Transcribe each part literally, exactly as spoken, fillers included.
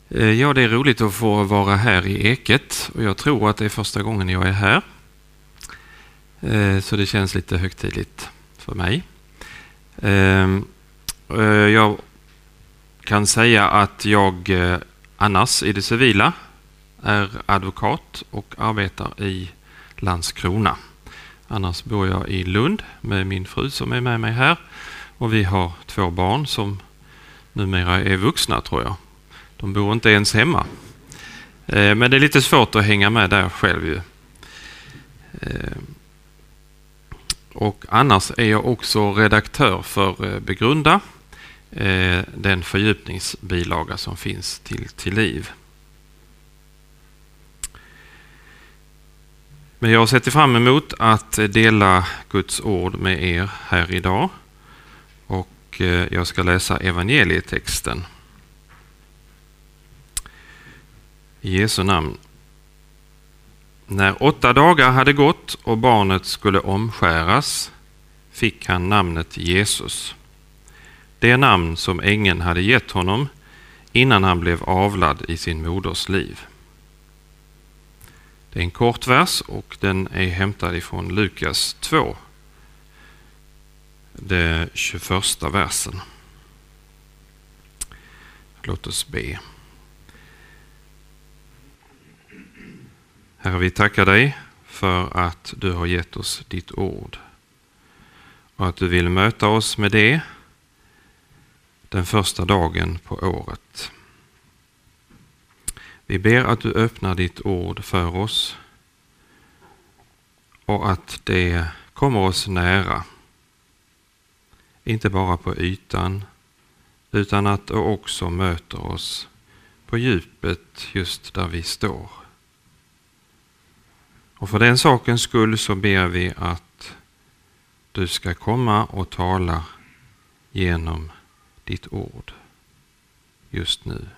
Ja, det är roligt att få vara här i Eket och jag tror att det är första gången jag är här. Så det känns lite högtidligt för mig. Jag kan säga att jag annars i det civila är advokat och arbetar i Landskrona. Annars bor jag i Lund med min fru som är med mig här. Och vi har två barn som numera är vuxna, tror jag. De bor inte ens hemma. Men det är lite svårt att hänga med där själv ju. Och annars är jag också redaktör för Begrunda, den fördjupningsbilaga som finns till till liv. Men jag sätter fram emot att dela Guds ord med er här idag. Och jag ska läsa evangelietexten. I Jesu namn. När åtta dagar hade gått och barnet skulle omskäras fick han namnet Jesus. Det namn som ängeln hade gett honom innan han blev avlad i sin moders liv. Det är en kort vers och den är hämtad ifrån Lukas två, det tjugoförsta versen. Låt oss be. Herre, vi tackar dig för att du har gett oss ditt ord och att du vill möta oss med det den första dagen på året. Vi ber att du öppnar ditt ord för oss och att det kommer oss nära. Inte bara på ytan utan att det också möter oss på djupet just där vi står. Och för den sakens skull så ber vi att du ska komma och tala genom ditt ord just nu.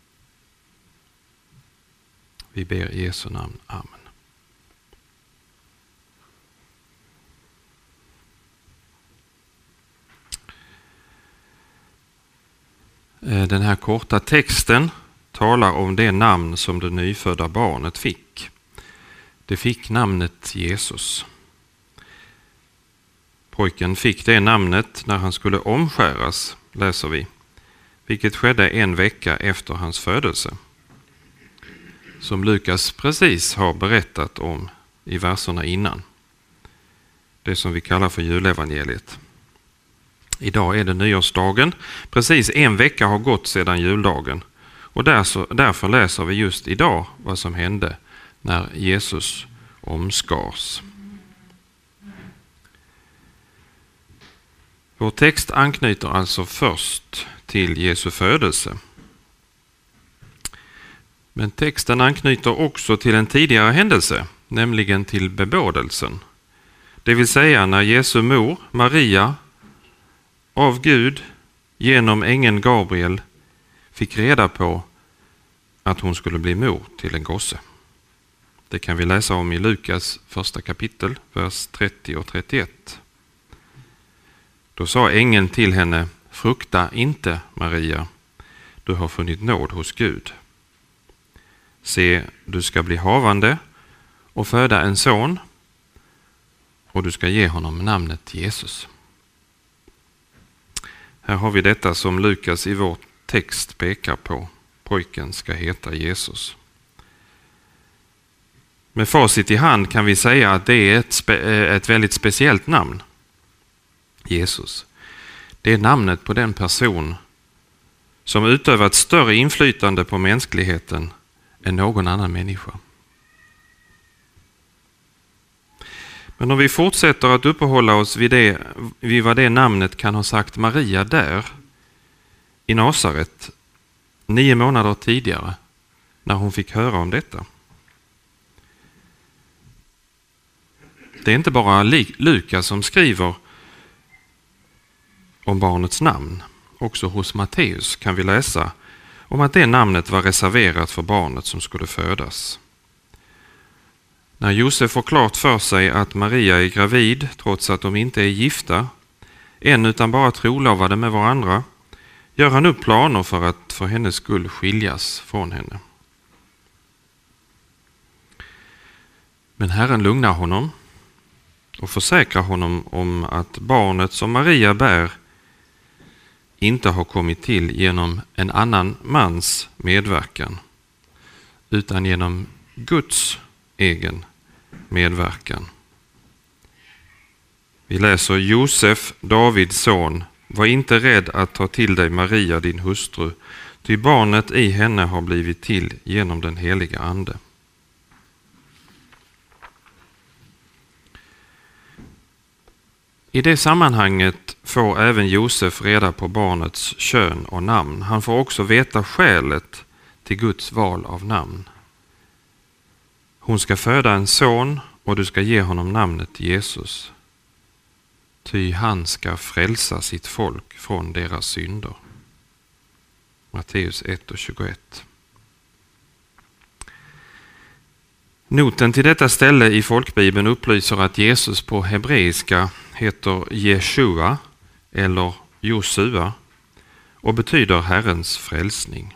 Vi ber i Jesu namn. Amen. Den här korta texten talar om det namn som det nyfödda barnet fick. Det fick namnet Jesus. Pojken fick det namnet när han skulle omskäras, läser vi, vilket skedde en vecka efter hans födelse. Som Lukas precis har berättat om i verserna innan. Det som vi kallar för julevangeliet. Idag är det nyårsdagen. Precis en vecka har gått sedan juldagen. Och därför läser vi just idag vad som hände när Jesus omskars. Vår text anknyter alltså först till Jesu födelse. Men texten anknyter också till en tidigare händelse, nämligen till bebådelsen. Det vill säga när Jesu mor, Maria, av Gud genom ängeln Gabriel fick reda på att hon skulle bli mor till en gosse. Det kan vi läsa om i Lukas första kapitel, vers trettio och trettioett. Då sa ängeln till henne: frukta inte, Maria, du har funnit nåd hos Gud. Se, du ska bli havande och föda en son och du ska ge honom namnet Jesus. Här har vi detta som Lukas i vår text pekar på. Pojken ska heta Jesus. Med facit i hand kan vi säga att det är ett, spe- ett väldigt speciellt namn. Jesus. Det är namnet på den person som utövat större inflytande på mänskligheten än någon annan människa. Men om vi fortsätter att uppehålla oss vid, det, vid vad det namnet kan ha sagt Maria där i Nasaret nio månader tidigare när hon fick höra om detta. Det är inte bara Lukas som skriver om barnets namn. Också hos Matteus kan vi läsa om att det namnet var reserverat för barnet som skulle födas. När Josef får klart för sig att Maria är gravid trots att de inte är gifta, än utan bara trolovade med varandra, gör han upp planer för att för hennes skull skiljas från henne. Men Herren lugnar honom och försäkrar honom om att barnet som Maria bär inte har kommit till genom en annan mans medverkan, utan genom Guds egen medverkan. Vi läser: Josef, Davids son, var inte rädd att ta till dig Maria, din hustru, ty barnet i henne har blivit till genom den heliga ande. I det sammanhanget får även Josef reda på barnets kön och namn. Han får också veta skälet till Guds val av namn. Hon ska föda en son och du ska ge honom namnet Jesus. Ty han ska frälsa sitt folk från deras synder. Matteus ett och tjugoett. Noten till detta ställe i folkbibeln upplyser att Jesus på hebreiska heter Jeshua eller Josua och betyder Herrens frälsning.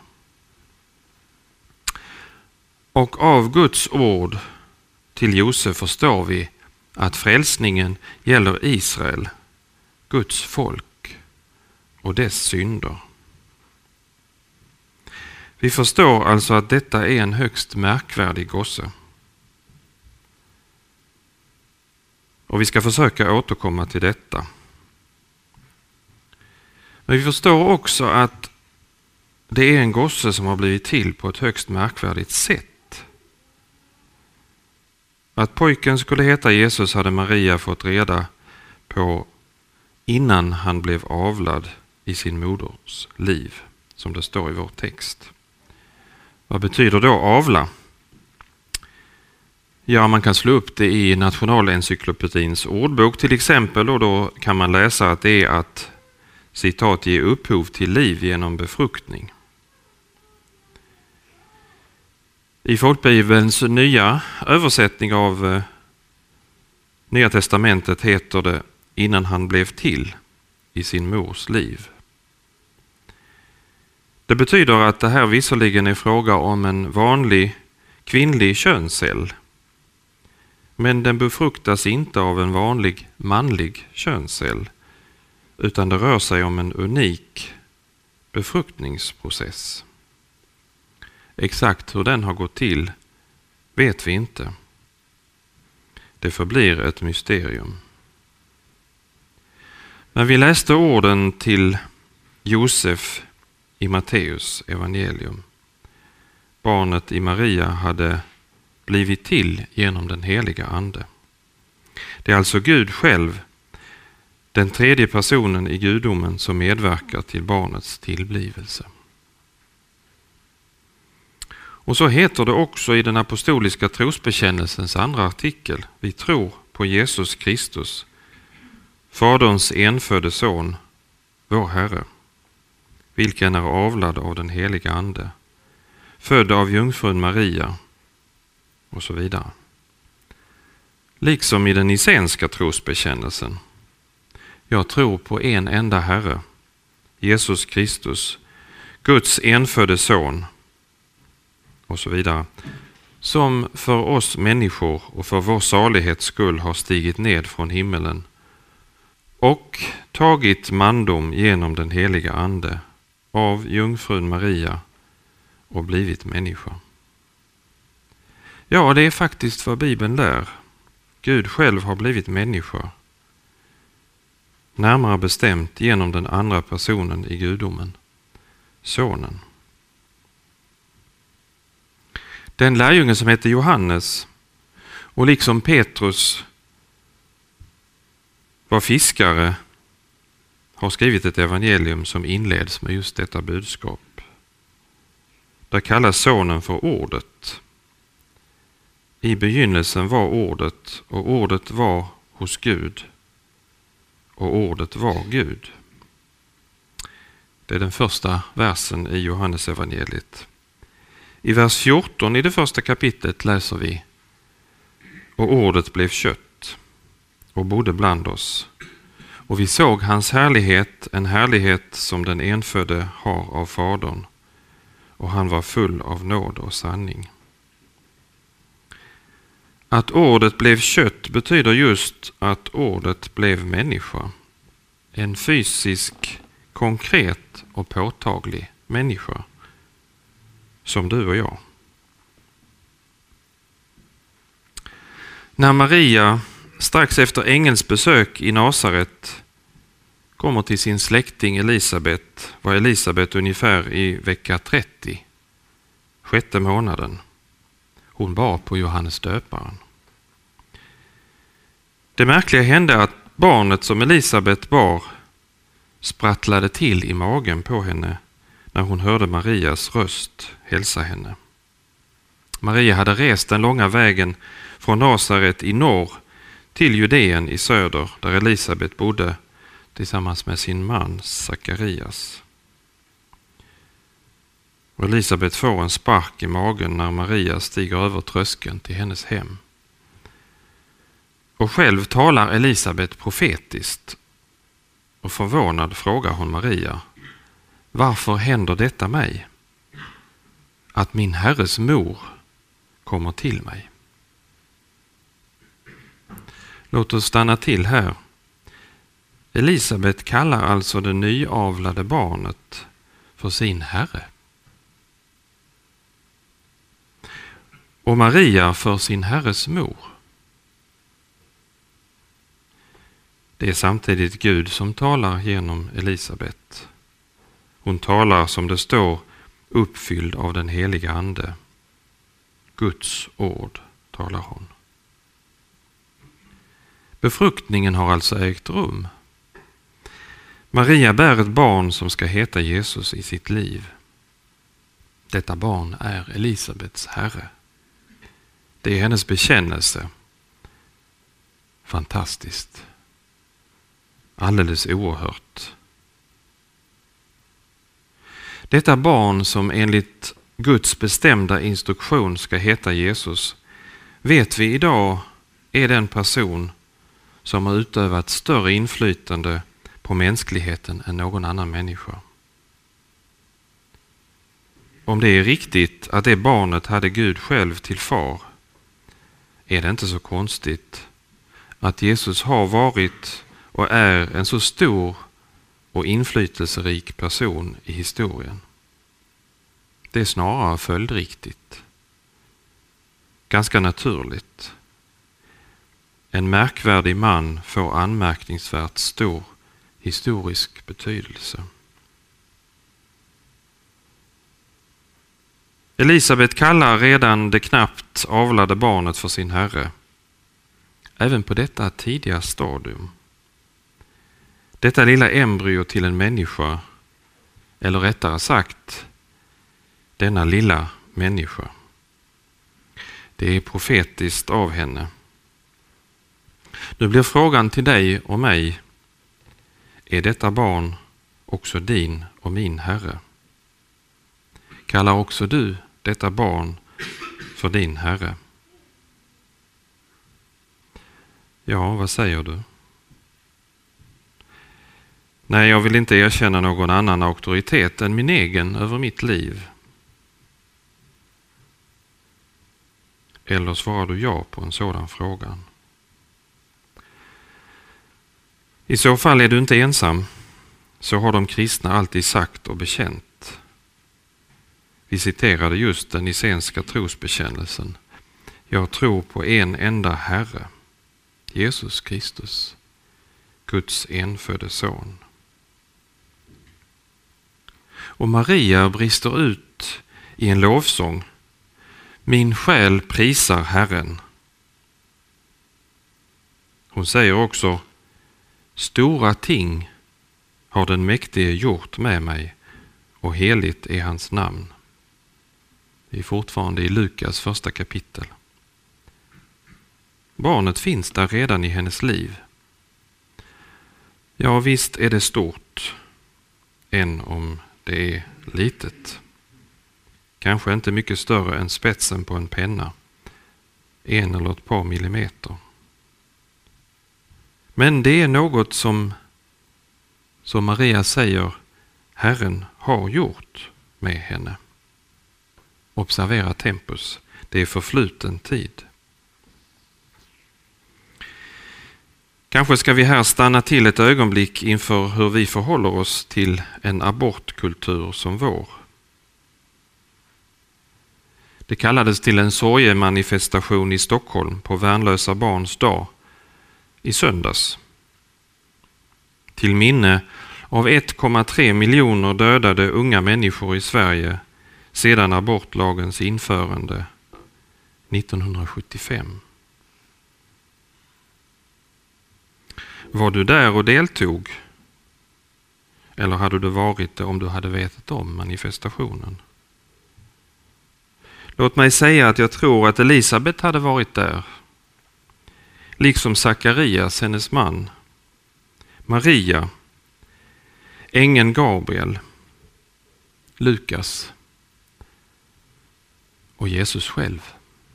Och av Guds ord till Josef förstår vi att frälsningen gäller Israel, Guds folk och dess synder. Vi förstår alltså att detta är en högst märkvärdig gosse. Och vi ska försöka återkomma till detta. Men vi förstår också att det är en gosse som har blivit till på ett högst märkvärdigt sätt. Att pojken skulle heta Jesus hade Maria fått reda på innan han blev avlad i sin moders liv, som det står i vår text. Vad betyder då avla? Ja, man kan slå upp det i Nationalencyklopedins ordbok till exempel, och då kan man läsa att det är att citat ge upphov till liv genom befruktning. I folkbibelns nya översättning av eh, Nya testamentet heter det innan han blev till i sin mors liv. Det betyder att det här visserligen är fråga om en vanlig kvinnlig könscell, men den befruktas inte av en vanlig manlig könscell, utan det rör sig om en unik befruktningsprocess. Exakt hur den har gått till vet vi inte. Det förblir ett mysterium. Men vi läste orden till Josef i Matteus evangelium. Barnet i Maria hade blivit till genom den heliga ande. Det är alltså Gud själv, den tredje personen i gudomen, som medverkar till barnets tillblivelse. Och så heter det också i den apostoliska trosbekännelsens andra artikel: vi tror på Jesus Kristus, Faderns enfödde son, vår Herre, vilken är avlad av den heliga ande, född av jungfrun Maria, och så vidare. Liksom i den nicenska trosbekännelsen: jag tror på en enda Herre, Jesus Kristus, Guds enfödde son, och så vidare, som för oss människor och för vår salighets skull har stigit ned från himmelen och tagit mandom genom den heliga ande av jungfrun Maria och blivit människa. Ja, det är faktiskt vad Bibeln lär. Gud själv har blivit människa, närmare bestämt genom den andra personen i gudomen, sonen. Den lärjunge som heter Johannes och liksom Petrus var fiskare har skrivit ett evangelium som inleds med just detta budskap. Där kallas sonen för ordet. I begynnelsen var ordet, och ordet var hos Gud, och ordet var Gud. Det är den första versen i Johannes evangeliet. I vers fjorton i det första kapitlet läser vi: och ordet blev kött och bodde bland oss, Och vi såg hans härlighet, en härlighet som den enfödde har av Fadern, och han var full av nåd och sanning. Att ordet blev kött betyder just att ordet blev människa. En fysisk, konkret och påtaglig människa. Som du och jag. När Maria strax efter ängelns besök i Nasaret kommer till sin släkting Elisabet, var Elisabet ungefär i vecka trettio, sjätte månaden. Hon bar på Johannes döparen. Det märkliga hände att barnet som Elisabet bar sprattlade till i magen på henne när hon hörde Marias röst hälsa henne. Maria hade rest den långa vägen från Nasaret i norr till Judeen i söder, där Elisabet bodde tillsammans med sin man Sakarias. Och Elisabet får en spark i magen när Maria stiger över tröskeln till hennes hem. Och själv talar Elisabet profetiskt, och förvånad frågar hon Maria: varför händer detta mig? Att min Herres mor kommer till mig. Låt oss stanna till här. Elisabet kallar alltså det nyavlade barnet för sin Herre. Och Maria för sin Herres mor. Det är samtidigt Gud som talar genom Elisabet. Hon talar, som det står, uppfylld av den heliga ande. Guds ord talar hon. Befruktningen har alltså ägt rum. Maria bär ett barn som ska heta Jesus i sitt liv. Detta barn är Elisabets Herre. Det är hennes bekännelse. Fantastiskt. Alldeles oerhört. Detta barn som enligt Guds bestämda instruktion ska heta Jesus, vet vi idag är den person som har utövat större inflytande på mänskligheten än någon annan människa. Om det är riktigt att det barnet hade Gud själv till far, är det inte så konstigt att Jesus har varit och är en så stor och inflytelserik person i historien. Det är snarare följdriktigt. Ganska naturligt. En märkvärdig man får anmärkningsvärt stor historisk betydelse. Elisabet kallar redan det knappt avlade barnet för sin Herre. Även på detta tidiga stadium. Detta lilla embryo till en människa, eller rättare sagt, denna lilla människa. Det är profetiskt av henne. Nu blir frågan till dig och mig: är detta barn också din och min Herre? Kallar också du detta barn för din Herre? Ja, vad säger du? Nej, jag vill inte erkänna någon annan auktoritet än min egen över mitt liv. Eller svarar du ja på en sådan fråga? I så fall är du inte ensam. Så har de kristna alltid sagt och bekänt. Vi citerade just den nicenska trosbekännelsen. Jag tror på en enda Herre, Jesus Kristus, Guds enfödde son. Och Maria brister ut i en lovsång. Min själ prisar Herren. Hon säger också: stora ting har den mäktige gjort med mig, och heligt är hans namn. Vi är fortfarande i Lukas första kapitel. Barnet finns där redan i hennes liv. Ja, visst är det stort, än om det är litet. Kanske inte mycket större än spetsen på en penna, en eller ett par millimeter. Men det är något som Så Maria säger, Herren har gjort med henne. Observera tempus, det är förfluten tid. Kanske ska vi här stanna till ett ögonblick inför hur vi förhåller oss till en abortkultur som vår. Det kallades till en sorgemanifestation i Stockholm på Värnlösa barns dag i söndags. Till minne av ett komma tre miljoner dödade unga människor i Sverige sedan abortlagens införande nittonhundrasjuttiofem. Var du där och deltog? Eller hade du varit det om du hade vetat om manifestationen? Låt mig säga att jag tror att Elisabet hade varit där. Liksom Sakarias, hennes man. Maria. Ängeln Gabriel. Lukas. Och Jesus själv.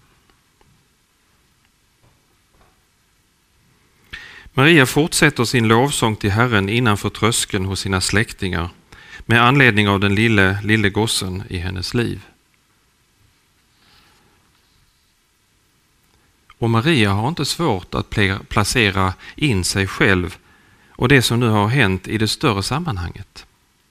Maria fortsätter sin lovsång till Herren innanför tröskeln hos sina släktingar med anledning av den lille, lille gossen i hennes liv. Och Maria har inte svårt att placera in sig själv och det som nu har hänt i det större sammanhanget.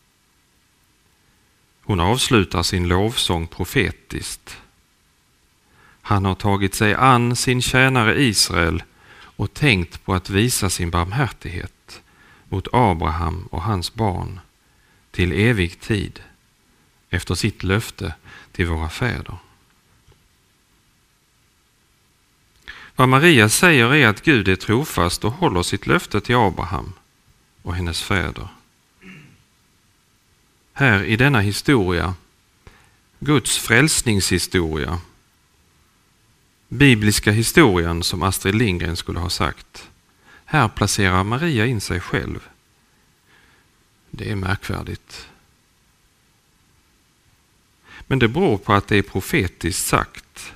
Hon avslutar sin lovsång profetiskt. Han har tagit sig an sin tjänare Israel och tänkt på att visa sin barmhärtighet mot Abraham och hans barn till evig tid efter sitt löfte till våra fäder. Vad Maria säger är att Gud är trofast och håller sitt löfte till Abraham och hennes fäder. Här i denna historia, Guds frälsningshistoria, bibliska historien som Astrid Lindgren skulle ha sagt, här placerar Maria in sig själv. Det är märkvärdigt. Men det beror på att det är profetiskt sagt.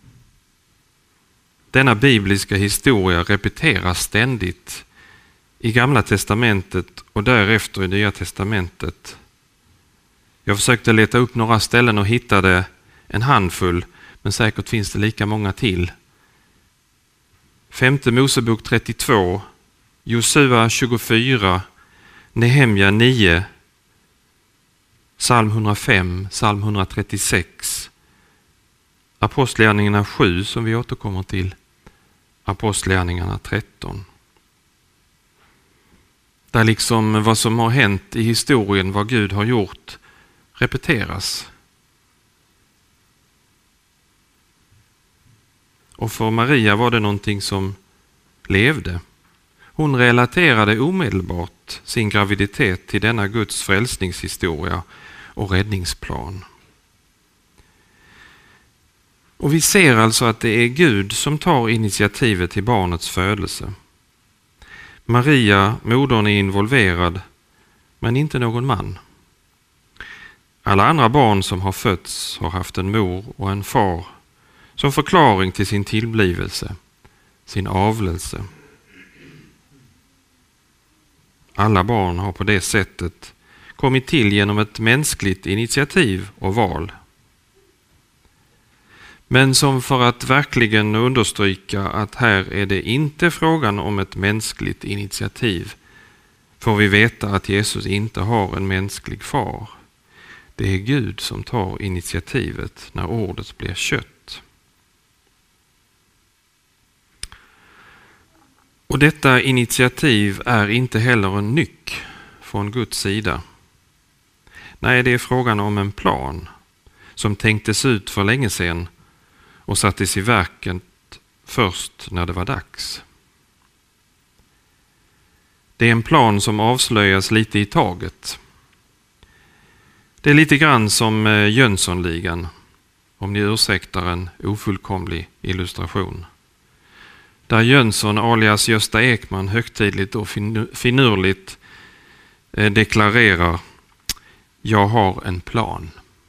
Denna bibliska historia repeteras ständigt i Gamla testamentet och därefter i Nya testamentet. Jag försökte leta upp några ställen och hittade en handfull, men säkert finns det lika många till. Femte Mosebok trettiotvå, Josua tjugofyra, Nehemja nio, psalm hundrafem, psalm hundratrettiosex, Apostlagärningarna sju som vi återkommer till, Apostlagärningarna tretton. Där liksom vad som har hänt i historien, vad Gud har gjort, repeteras. Och för Maria var det någonting som levde. Hon relaterade omedelbart sin graviditet till denna Guds frälsningshistoria och räddningsplan. Och vi ser alltså att det är Gud som tar initiativet till barnets födelse. Maria, modern, är involverad, men inte någon man. Alla andra barn som har fötts har haft en mor och en far som förklaring till sin tillblivelse, sin avlelse. Alla barn har på det sättet kommit till genom ett mänskligt initiativ och val. Men som för att verkligen understryka att här är det inte frågan om ett mänskligt initiativ, får vi veta att Jesus inte har en mänsklig far. Det är Gud som tar initiativet när ordet blir kött. Och detta initiativ är inte heller en nyck från Guds sida. Nej, det är frågan om en plan som tänktes ut för länge sedan och sattes i verket först när det var dags. Det är en plan som avslöjas lite i taget. Det är lite grann som Jönssonligan, om ni ursäktar en ofullkomlig illustration. Där Jönsson alias Gösta Ekman högtidligt och finurligt deklarerar: jag har en plan.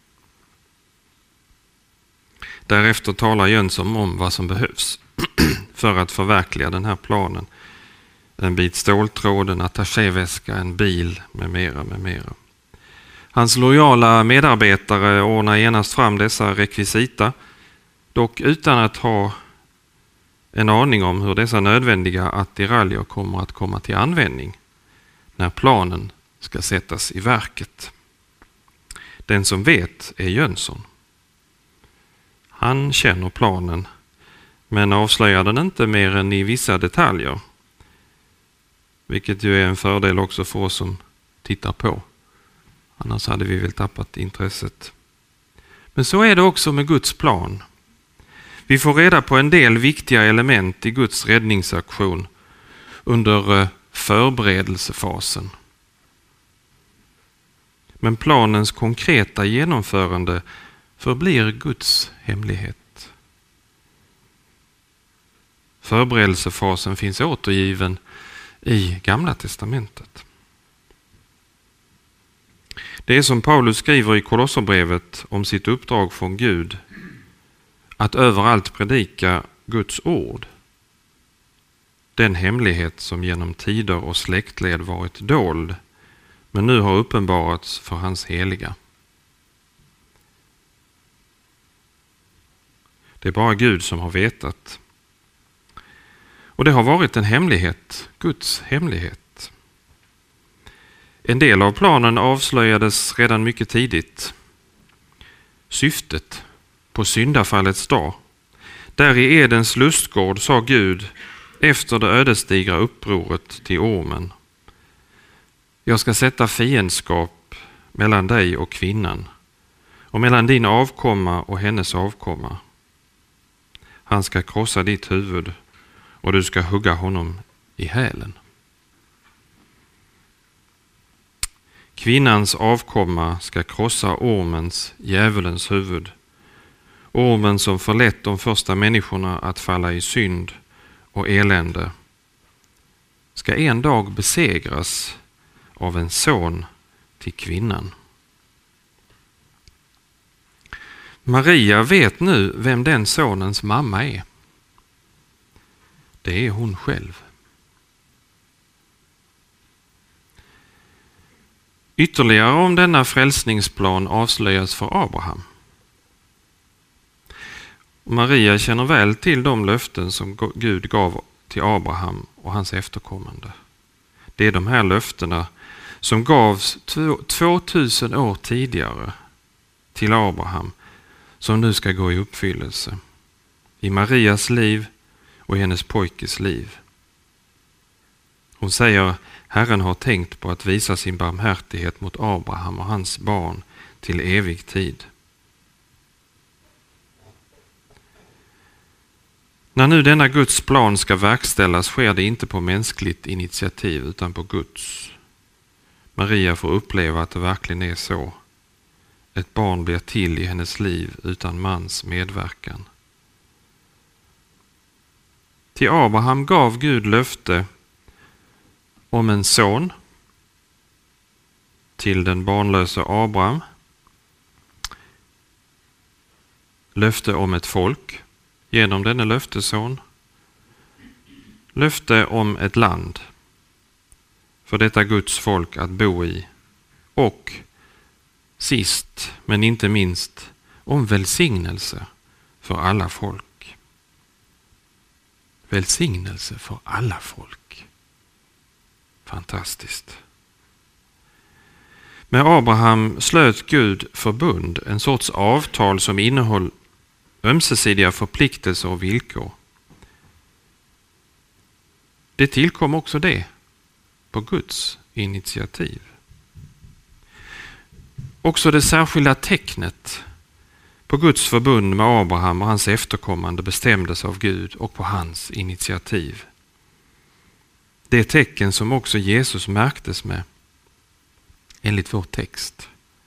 Därefter talar Jönsson om vad som behövs för att förverkliga den här planen. en bit ståltråd, en attachéväska, en bil med mera, med mera. Hans lojala medarbetare ordnar genast fram dessa rekvisita, dock utan att ha en aning om hur dessa nödvändiga attiraljer kommer att komma till användning när planen ska sättas i verket. Den som vet är Jönsson. Han känner planen, men avslöjar den inte mer än i vissa detaljer, vilket ju är en fördel också för oss som tittar på. Annars hade vi väl tappat intresset. Men så är det också med Guds plan. Vi får reda på en del viktiga element i Guds räddningsaktion under förberedelsefasen. Men planens konkreta genomförande förblir Guds hemlighet. Förberedelsefasen finns återgiven i Gamla testamentet. Det är som Paulus skriver i Kolosserbrevet om sitt uppdrag från Gud att överallt predika Guds ord. Den hemlighet som genom tider och släktled varit dold, men nu har uppenbarats för hans heliga. Det är bara Gud som har vetat. Och det har varit en hemlighet, Guds hemlighet. En del av planen avslöjades redan mycket tidigt. Syftet på syndafallets dag. Där i Edens lustgård sa Gud efter det ödesdigra upproret till ormen: jag ska sätta fiendskap mellan dig och kvinnan och mellan din avkomma och hennes avkomma. Han ska krossa ditt huvud och du ska hugga honom i hälen. Kvinnans avkomma ska krossa ormens, djävulens huvud. Ormen som förlett de första människorna att falla i synd och elände ska en dag besegras av en son till kvinnan. Maria vet nu vem den sonens mamma är. Det är hon själv. Ytterligare om denna frälsningsplan avslöjas för Abraham. Maria känner väl till de löften som Gud gav till Abraham och hans efterkommande. Det är de här löftena som gavs tvåtusen år tidigare till Abraham som nu ska gå i uppfyllelse i Marias liv och i hennes pojkes liv. Hon säger: Herren har tänkt på att visa sin barmhärtighet mot Abraham och hans barn till evig tid. När nu denna Guds plan ska verkställas sker det inte på mänskligt initiativ utan på Guds. Maria får uppleva att det verkligen är så. Ett barn blir till i hennes liv utan mans medverkan. Till Abraham gav Gud löfte om en son, till den barnlöse Abraham löfte om ett folk genom denne löfteson, löfte om ett land för detta Guds folk att bo i och sist men inte minst om välsignelse för alla folk. Välsignelse för alla folk. Fantastiskt. Med Abraham slöt Gud förbund, en sorts avtal som innehöll ömsesidiga förpliktelser och villkor. Det tillkom också det på Guds initiativ. Också det särskilda tecknet på Guds förbund med Abraham och hans efterkommande bestämdes av Gud och på hans initiativ. Det tecken som också Jesus märktes med enligt vår text.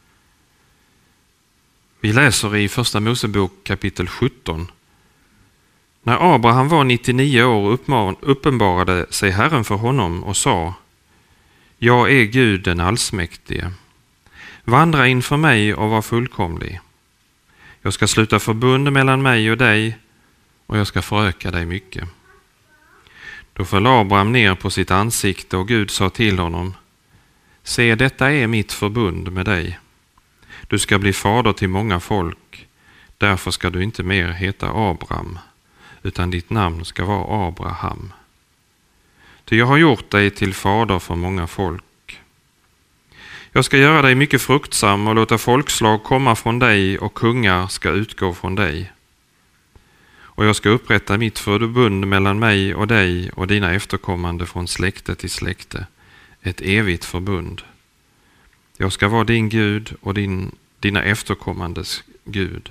Vi läser i Första Mosebok kapitel sjutton. När Abraham var nittionio år uppenbarade sig Herren för honom och sa: Jag är Gud den allsmäktige. Vandra inför mig och var fullkomlig. Jag ska sluta förbund mellan mig och dig och jag ska föröka dig mycket. Då föll Abraham ner på sitt ansikte och Gud sa till honom: Se, detta är mitt förbund med dig. Du ska bli fader till många folk. Därför ska du inte mer heta Abraham, utan ditt namn ska vara Abraham. Ty jag har gjort dig till fader för många folk. Jag ska göra dig mycket fruktsam och låta folkslag komma från dig och kungar ska utgå från dig. Och jag ska upprätta mitt förbund mellan mig och dig och dina efterkommande från släkte till släkte, ett evigt förbund. Jag ska vara din Gud och din, dina efterkommandes Gud.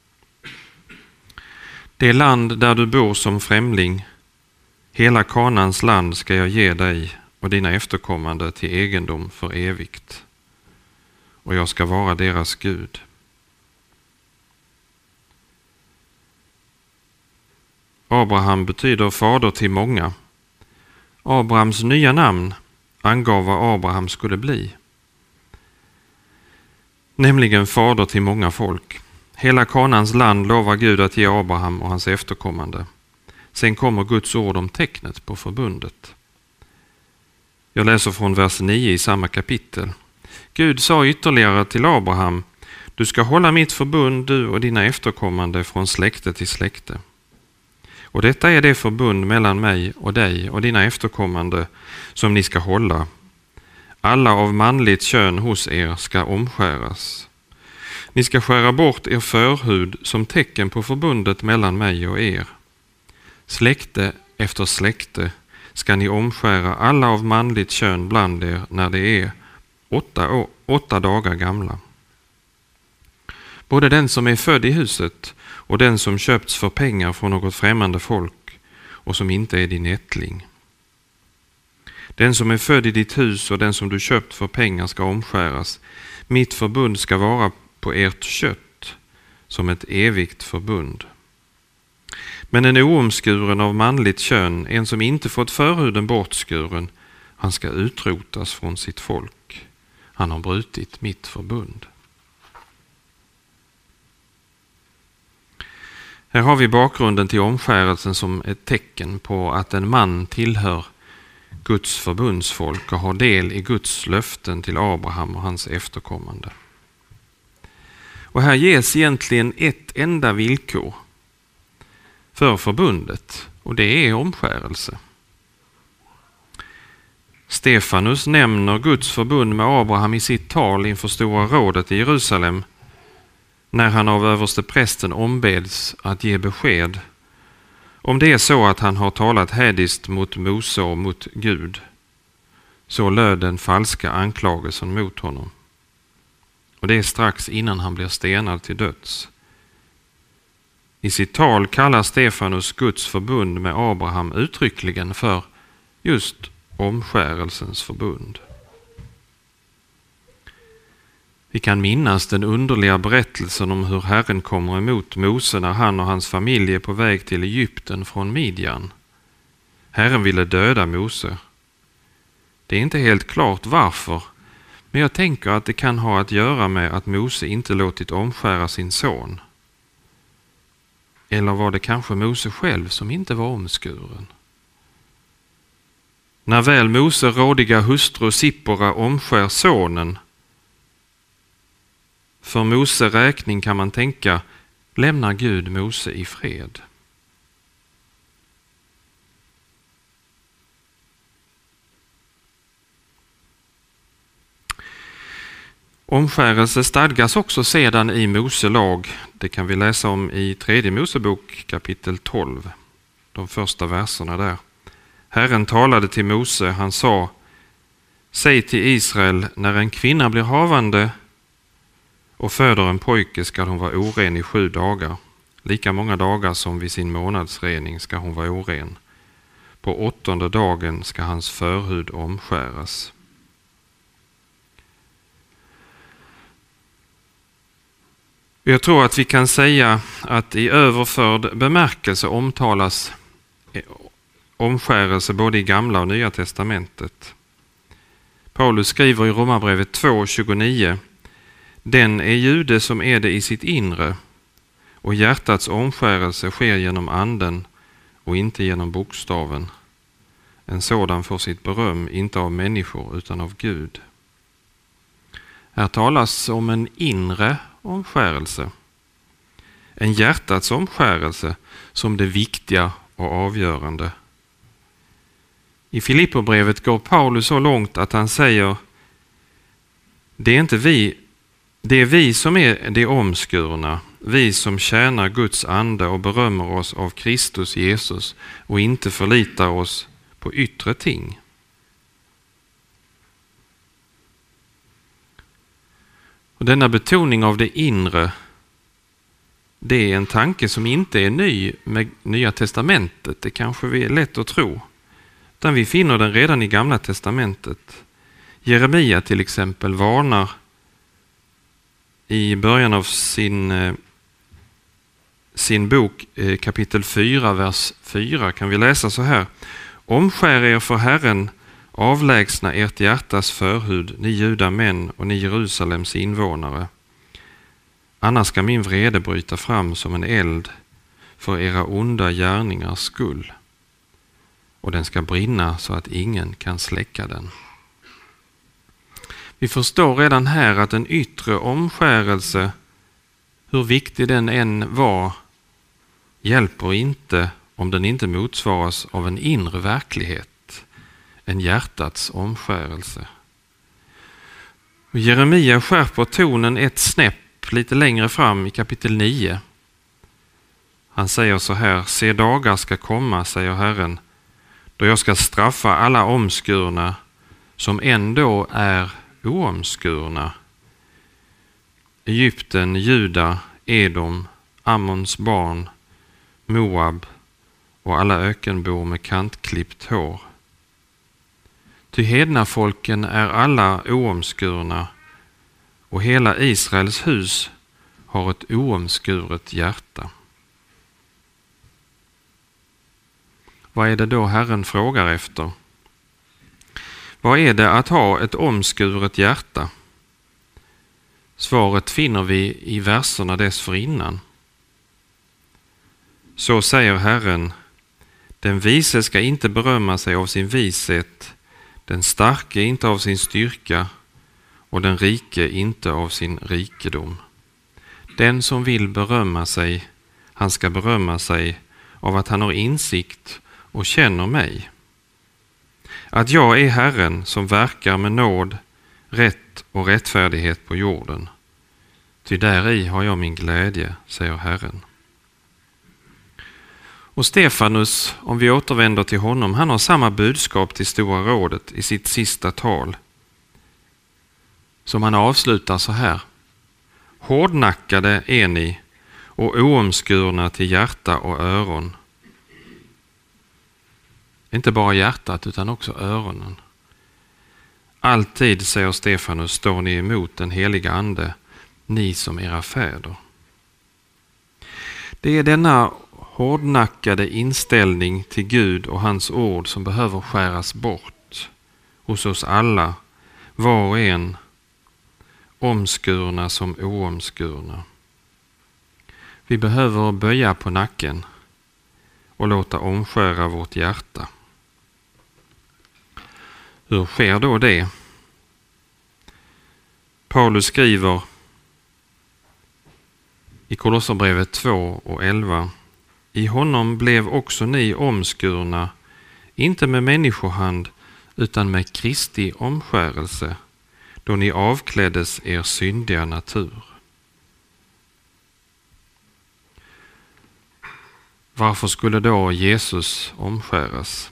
Det land där du bor som främling, hela Kanans land, ska jag ge dig och dina efterkommande till egendom för evigt. Och jag ska vara deras Gud. Abraham betyder fader till många. Abrahams nya namn angav vad Abraham skulle bli, nämligen fader till många folk. Hela Kanans land lovar Gud att ge Abraham och hans efterkommande. Sen kommer Guds ord om tecknet på förbundet. Jag läser från vers nio i samma kapitel. Gud sa ytterligare till Abraham: Du ska hålla mitt förbund, du och dina efterkommande, från släkte till släkte. Och detta är det förbund mellan mig och dig och dina efterkommande som ni ska hålla. Alla av manligt kön hos er ska omskäras. Ni ska skära bort er förhud som tecken på förbundet mellan mig och er. Släkte efter släkte ska ni omskära alla av manligt kön bland er när det är åtta, å, åtta dagar gamla. Både den som är född i huset och den som köpts för pengar från något främmande folk och som inte är din ättling. Den som är född i ditt hus och den som du köpt för pengar ska omskäras. Mitt förbund ska vara på ert kött som ett evigt förbund. Men en oomskuren av manligt kön, en som inte fått förhuden bortskuren, han ska utrotas från sitt folk. Han har brutit mitt förbund. Här har vi bakgrunden till omskärelsen som ett tecken på att en man tillhör Guds förbundsfolk och har del i Guds löften till Abraham och hans efterkommande. Och här ges egentligen ett enda villkor för förbundet, och det är omskärelse. Stefanus nämner Guds förbund med Abraham i sitt tal inför Stora rådet i Jerusalem, när han av översteprästen ombeds att ge besked om det är så att han har talat hädiskt mot Mose och mot Gud. Så löd den falska anklagelsen mot honom. Och det är strax innan han blir stenad till döds. I sitt tal kallar Stefanus Guds förbund med Abraham uttryckligen för just omskärelsens förbund. Vi kan minnas den underliga berättelsen om hur Herren kommer emot Mose när han och hans familj är på väg till Egypten från Midjan. Herren ville döda Mose. Det är inte helt klart varför, men jag tänker att det kan ha att göra med att Mose inte låtit omskära sin son. Eller var det kanske Mose själv som inte var omskuren? När väl Mose rådiga hustru Sippora omskär sonen, för Mose räkning kan man tänka, lämnar Gud Mose i fred. Omskärelse stadgas också sedan i Mose lag. Det kan vi läsa om i tredje Mosebok kapitel tolv, de första verserna där. Herren talade till Mose, han sa: Säg till Israel, när en kvinna blir havande och föder en pojke ska hon vara oren i sju dagar. Lika många dagar som vid sin månadsrening ska hon vara oren. På åttonde dagen ska hans förhud omskäras. Jag tror att vi kan säga att i överförd bemärkelse omtalas omskärelse både i Gamla och Nya testamentet. Paulus skriver i Romarbrevet två tjugonio: Den är jude som är det i sitt inre, och hjärtats omskärelse sker genom anden och inte genom bokstaven. En sådan får sitt beröm inte av människor utan av Gud. Här talas om en inre omskärelse. En hjärtats omskärelse som det viktiga och avgörande. I Filipperbrevet går Paulus så långt att han säger: Det är inte vi, det är vi som är de omskurna, vi som tjänar Guds ande och berömmer oss av Kristus Jesus och inte förlitar oss på yttre ting. Och denna betoning av det inre, det är en tanke som inte är ny med Nya testamentet, det kanske vi är lätt att tro. Utan vi finner den redan i Gamla testamentet. Jeremia till exempel varnar i början av sin, sin bok kapitel fyra, vers fyra kan vi läsa så här: Omskär er för Herren, avlägsna ert hjärtas förhud, ni juda män och ni Jerusalems invånare. Annars ska min vrede bryta fram som en eld för era onda gärningars skull, och den ska brinna så att ingen kan släcka den. Vi förstår redan här att en yttre omskärelse, hur viktig den än var, hjälper inte om den inte motsvaras av en inre verklighet, en hjärtats omskärelse. Och Jeremia skärper tonen ett snäpp lite längre fram i kapitel nio. Han säger så här: Se, dagar ska komma, säger Herren, då jag ska straffa alla omskurna som ändå är oomskurna. Egypten, Juda, Edom, Ammons barn, Moab och alla ökenbor med kantklippt hår. Ty hedna folken är alla oomskurna, och hela Israels hus har ett oomskuret hjärta. Vad är det då Herren frågar efter? Vad är det att ha ett omskuret hjärta? Svaret finner vi i verserna dessförinnan. Så säger Herren: Den vise ska inte berömma sig av sin vishet, den starke inte av sin styrka och den rike inte av sin rikedom. Den som vill berömma sig, han ska berömma sig av att han har insikt och känner mig. Att jag är Herren som verkar med nåd, rätt och rättfärdighet på jorden. Ty däri har jag min glädje, säger Herren. Och Stefanus, om vi återvänder till honom, han har samma budskap till Stora rådet i sitt sista tal, som han avslutar så här: Hårdnackade är ni och oomskurna till hjärta och öron. Inte bara hjärtat utan också öronen. Alltid, säger Stefanus, står ni emot den heliga ande, ni som era fäder. Det är denna hårdnackade inställning till Gud och hans ord som behöver skäras bort hos oss alla, var och en, omskurna som oomskurna. Vi behöver böja på nacken och låta omskära vårt hjärta. Hur sker då det? Paulus skriver i Kolosserbrevet två och elva: I honom blev också ni omskurna, inte med människohand utan med Kristi omskärelse, då ni avkläddes er syndiga natur. Varför skulle då Jesus omskäras?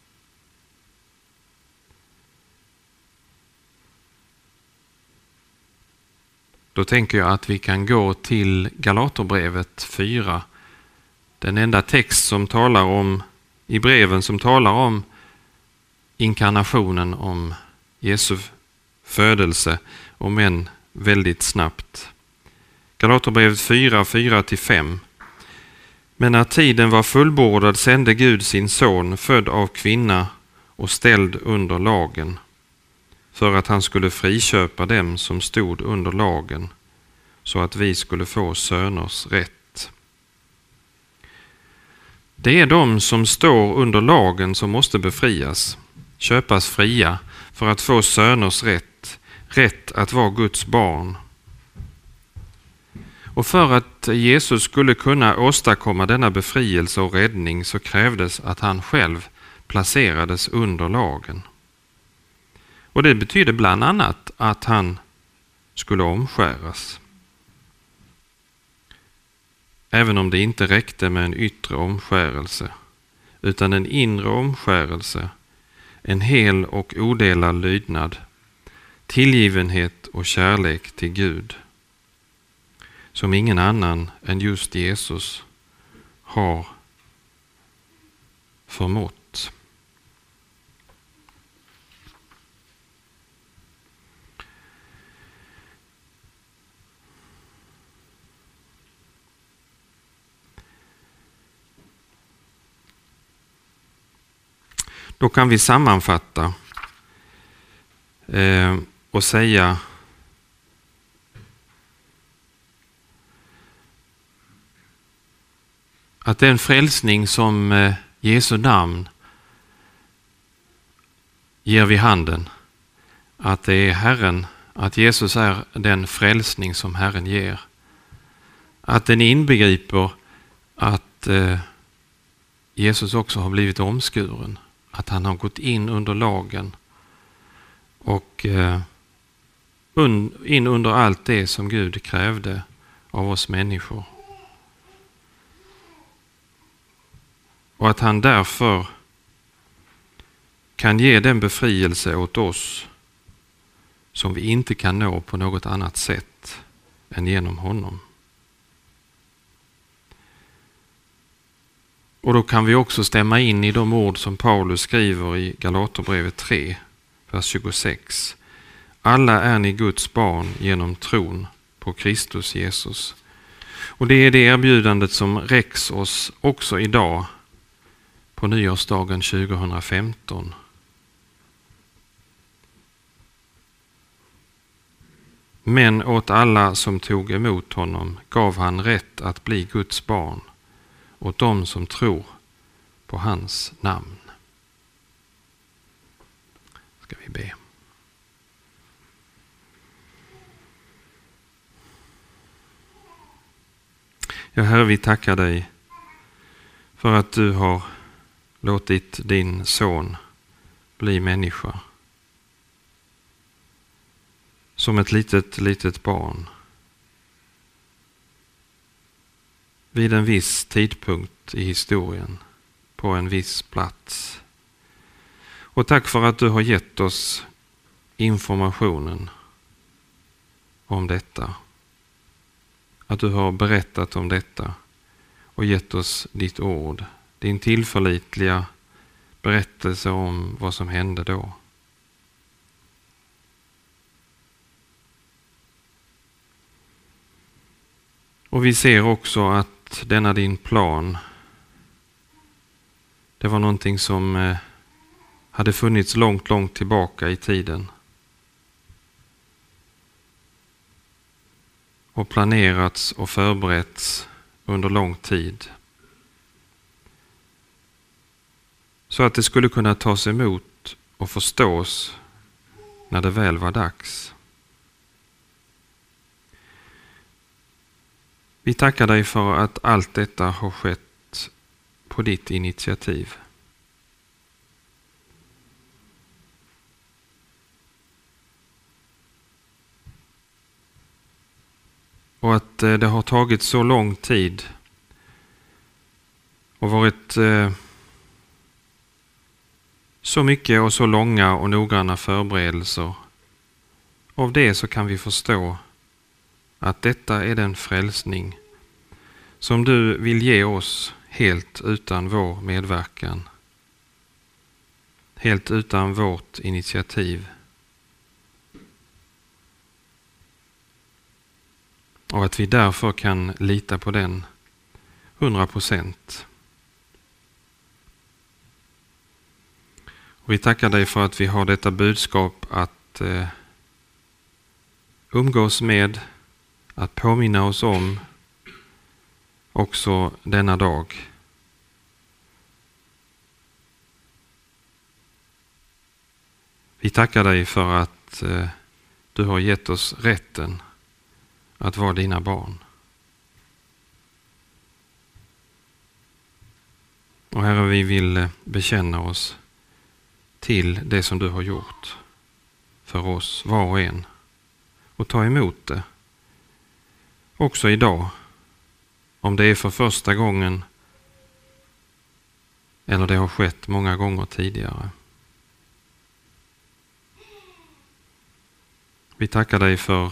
Då tänker jag att vi kan gå till Galaterbrevet fyra, den enda text som talar om, i breven som talar om inkarnationen, om Jesu födelse, om än väldigt snabbt. Galaterbrevet fyra, fyra till fem. Men när tiden var fullbordad sände Gud sin son, född av kvinna och ställd under lagen, för att han skulle friköpa dem som stod under lagen, så att vi skulle få söners rätt. Det är de som står under lagen som måste befrias, köpas fria för att få söners rätt, rätt att vara Guds barn. Och för att Jesus skulle kunna åstadkomma denna befrielse och räddning så krävdes att han själv placerades under lagen. Och det betyder bland annat att han skulle omskäras. Även om det inte räckte med en yttre omskärelse, utan en inre omskärelse, en hel och odelad lydnad, tillgivenhet och kärlek till Gud, som ingen annan än just Jesus har förmått. Då kan vi sammanfatta eh, och säga att den frälsning som eh, Jesu namn ger vid handen, att det är Herren, att Jesus är den frälsning som Herren ger. Att den inbegriper att eh, Jesus också har blivit omskuren. Att han har gått in under lagen och eh, un, in under allt det som Gud krävde av oss människor. Och att han därför kan ge den befrielse åt oss som vi inte kan nå på något annat sätt än genom honom. Och då kan vi också stämma in i de ord som Paulus skriver i Galaterbrevet tre, vers tjugosex. Alla är ni Guds barn genom tron på Kristus Jesus. Och det är det erbjudandet som räcks oss också idag på nyårsdagen tjugohundrafemton. Men åt alla som tog emot honom gav han rätt att bli Guds barn, åt dem som tror på hans namn. Ska vi be. Ja, Herre, vi tackar dig för att du har låtit din son bli människa. Som ett litet, litet barn. Vid en viss tidpunkt i historien, på en viss plats. Och tack för att du har gett oss informationen om detta. Att du har berättat om detta och gett oss ditt ord, din tillförlitliga berättelse om vad som hände då. Och vi ser också att denna din plan, det var någonting som hade funnits långt, långt tillbaka i tiden. Och planerats och förberetts under lång tid. Så att det skulle kunna tas emot och förstås när det väl var dags. Vi tackar dig för att allt detta har skett på ditt initiativ. Och att det har tagit så lång tid och varit eh, så mycket och så långa och noggranna förberedelser. Av det så kan vi förstå att detta är den frälsning som du vill ge oss helt utan vår medverkan. Helt utan vårt initiativ. Och att vi därför kan lita på den hundra procent. Och vi tackar dig för att vi har detta budskap att eh, umgås med, att påminna oss om också denna dag. Vi tackar dig för att eh, du har gett oss rätten att vara dina barn. Och Herre, vi vill bekänna oss till det som du har gjort för oss, var och en. Och ta emot det. Också idag. Om det är för första gången eller det har skett många gånger tidigare. Vi tackar dig för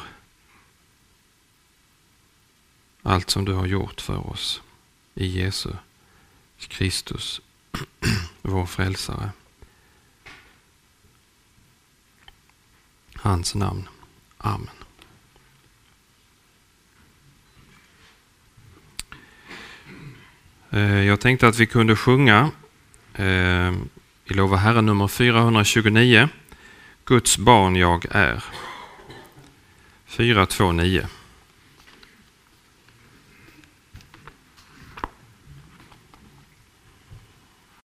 allt som du har gjort för oss i Jesus Kristus, vår frälsare. Hans namn. Amen. Jag tänkte att vi kunde sjunga eh, i Lova Herren nummer fyrahundratjugonio. Guds barn jag är. fyra två nio.